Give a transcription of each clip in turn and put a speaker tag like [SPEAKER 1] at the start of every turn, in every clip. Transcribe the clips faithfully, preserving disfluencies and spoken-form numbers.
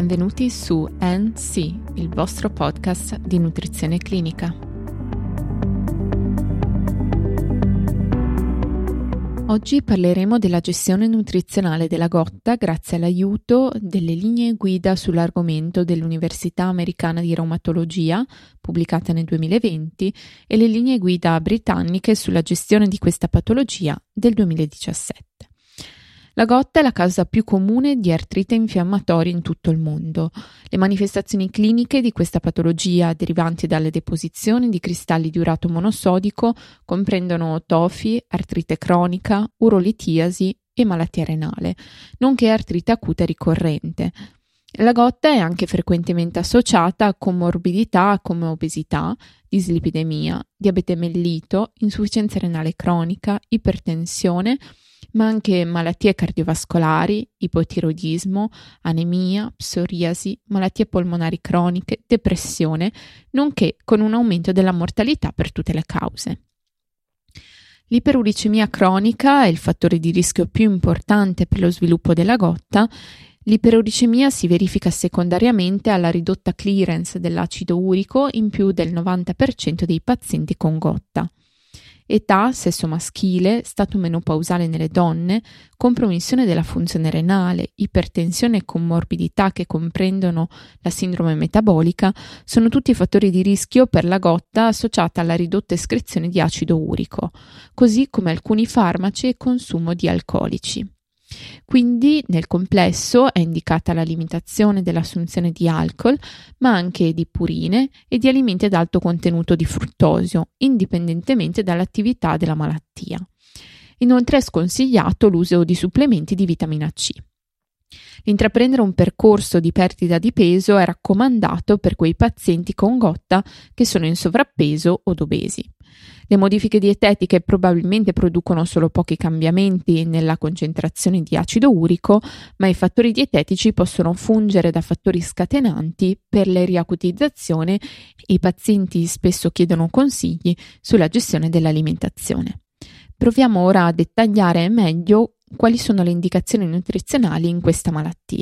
[SPEAKER 1] Benvenuti su N C, il vostro podcast di nutrizione clinica. Oggi parleremo della gestione nutrizionale della gotta grazie all'aiuto delle linee guida sull'argomento dell'Università Americana di Reumatologia, pubblicate nel duemilaventi, e le linee guida britanniche sulla gestione di questa patologia del duemiladiciassette. La gotta è la causa più comune di artrite infiammatoria in tutto il mondo. Le manifestazioni cliniche di questa patologia derivanti dalle deposizioni di cristalli di urato monosodico comprendono tofi, artrite cronica, urolitiasi e malattia renale, nonché artrite acuta ricorrente. La gotta è anche frequentemente associata a comorbidità come obesità, dislipidemia, diabete mellito, insufficienza renale cronica, ipertensione, ma anche malattie cardiovascolari, ipotiroidismo, anemia, psoriasi, malattie polmonari croniche, depressione, nonché con un aumento della mortalità per tutte le cause. L'iperuricemia cronica è il fattore di rischio più importante per lo sviluppo della gotta. L'iperuricemia si verifica secondariamente alla ridotta clearance dell'acido urico in più del novanta per cento dei pazienti con gotta. Età, sesso maschile, stato menopausale nelle donne, compromissione della funzione renale, ipertensione e comorbidità che comprendono la sindrome metabolica sono tutti fattori di rischio per la gotta associata alla ridotta escrezione di acido urico, così come alcuni farmaci e consumo di alcolici. Quindi nel complesso è indicata la limitazione dell'assunzione di alcol, ma anche di purine e di alimenti ad alto contenuto di fruttosio, indipendentemente dall'attività della malattia. Inoltre è sconsigliato l'uso di supplementi di vitamina C. L'intraprendere un percorso di perdita di peso è raccomandato per quei pazienti con gotta che sono in sovrappeso o obesi. Le modifiche dietetiche probabilmente producono solo pochi cambiamenti nella concentrazione di acido urico, ma i fattori dietetici possono fungere da fattori scatenanti per la riacutizzazione e i pazienti spesso chiedono consigli sulla gestione dell'alimentazione. Proviamo ora a dettagliare meglio quali sono le indicazioni nutrizionali in questa malattia.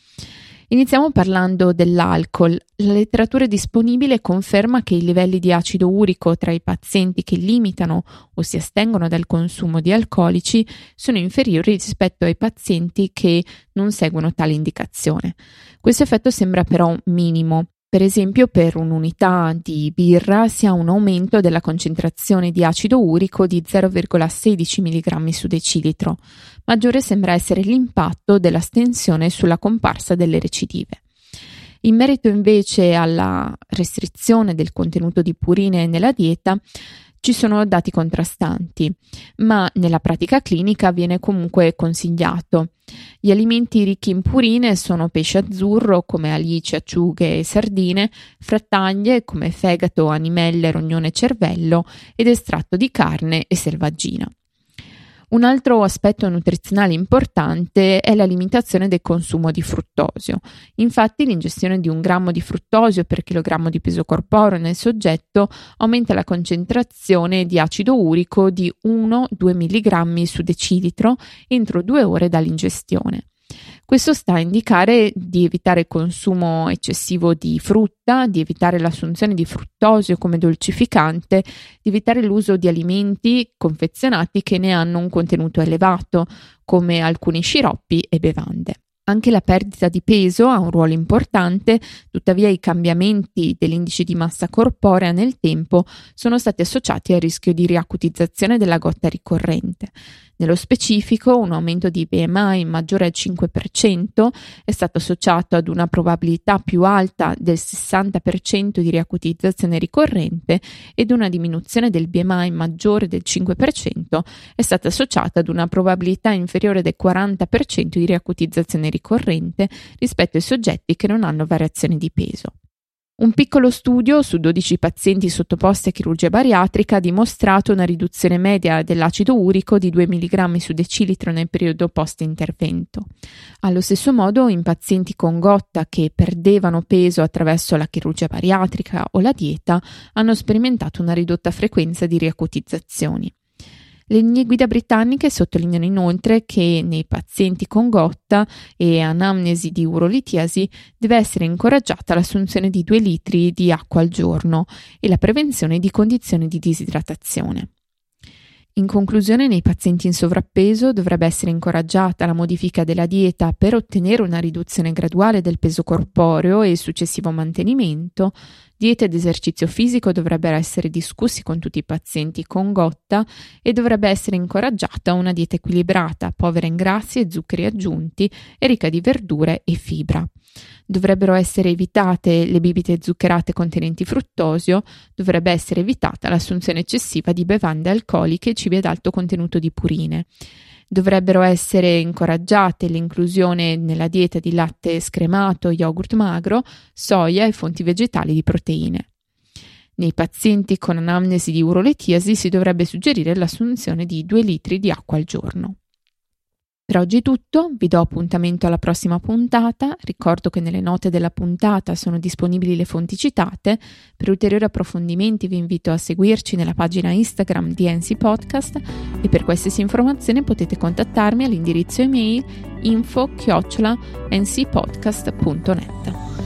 [SPEAKER 1] Iniziamo parlando dell'alcol. La letteratura disponibile conferma che i livelli di acido urico tra i pazienti che limitano o si astengono dal consumo di alcolici sono inferiori rispetto ai pazienti che non seguono tale indicazione. Questo effetto sembra però minimo. Per esempio, per un'unità di birra si ha un aumento della concentrazione di acido urico di zero virgola sedici milligrammi su decilitro. Maggiore sembra essere l'impatto dell'astensione sulla comparsa delle recidive. In merito invece alla restrizione del contenuto di purine nella dieta, ci sono dati contrastanti, ma nella pratica clinica viene comunque consigliato. Gli alimenti ricchi in purine sono pesce azzurro come alici, acciughe e sardine, frattaglie come fegato, animelle, rognone e cervello ed estratto di carne e selvaggina. Un altro aspetto nutrizionale importante è la limitazione del consumo di fruttosio. Infatti l'ingestione di un grammo di fruttosio per chilogrammo di peso corporeo nel soggetto aumenta la concentrazione di acido urico di uno due milligrammi su decilitro entro due ore dall'ingestione. Questo sta a indicare di evitare il consumo eccessivo di frutta, di evitare l'assunzione di fruttosio come dolcificante, di evitare l'uso di alimenti confezionati che ne hanno un contenuto elevato, come alcuni sciroppi e bevande. Anche la perdita di peso ha un ruolo importante, tuttavia i cambiamenti dell'indice di massa corporea nel tempo sono stati associati al rischio di riacutizzazione della gotta ricorrente. Nello specifico, un aumento di B M I maggiore al cinque per cento è stato associato ad una probabilità più alta del sessanta per cento di riacutizzazione ricorrente ed una diminuzione del B M I maggiore del cinque per cento è stata associata ad una probabilità inferiore del quaranta per cento di riacutizzazione ricorrente rispetto ai soggetti che non hanno variazioni di peso. Un piccolo studio su dodici pazienti sottoposti a chirurgia bariatrica ha dimostrato una riduzione media dell'acido urico di due milligrammi su decilitro nel periodo post-intervento. Allo stesso modo, in pazienti con gotta che perdevano peso attraverso la chirurgia bariatrica o la dieta hanno sperimentato una ridotta frequenza di riacutizzazioni. Le linee guida britanniche sottolineano inoltre che nei pazienti con gotta e anamnesi di urolitiasi deve essere incoraggiata l'assunzione di due litri di acqua al giorno e la prevenzione di condizioni di disidratazione. In conclusione, nei pazienti in sovrappeso dovrebbe essere incoraggiata la modifica della dieta per ottenere una riduzione graduale del peso corporeo e il successivo mantenimento. Dieta ed esercizio fisico dovrebbero essere discussi con tutti i pazienti con gotta e dovrebbe essere incoraggiata una dieta equilibrata, povera in grassi e zuccheri aggiunti e ricca di verdure e fibra. Dovrebbero essere evitate le bibite zuccherate contenenti fruttosio, dovrebbe essere evitata l'assunzione eccessiva di bevande alcoliche e cibi ad alto contenuto di purine. Dovrebbero essere incoraggiate l'inclusione nella dieta di latte scremato, yogurt magro, soia e fonti vegetali di proteine. Nei pazienti con anamnesi di urolitiasi si dovrebbe suggerire l'assunzione di due litri di acqua al giorno. Per oggi è tutto, vi do appuntamento alla prossima puntata, ricordo che nelle note della puntata sono disponibili le fonti citate, per ulteriori approfondimenti vi invito a seguirci nella pagina Instagram di N C Podcast e per qualsiasi informazione potete contattarmi all'indirizzo email info chiocciola ncpodcast punto net.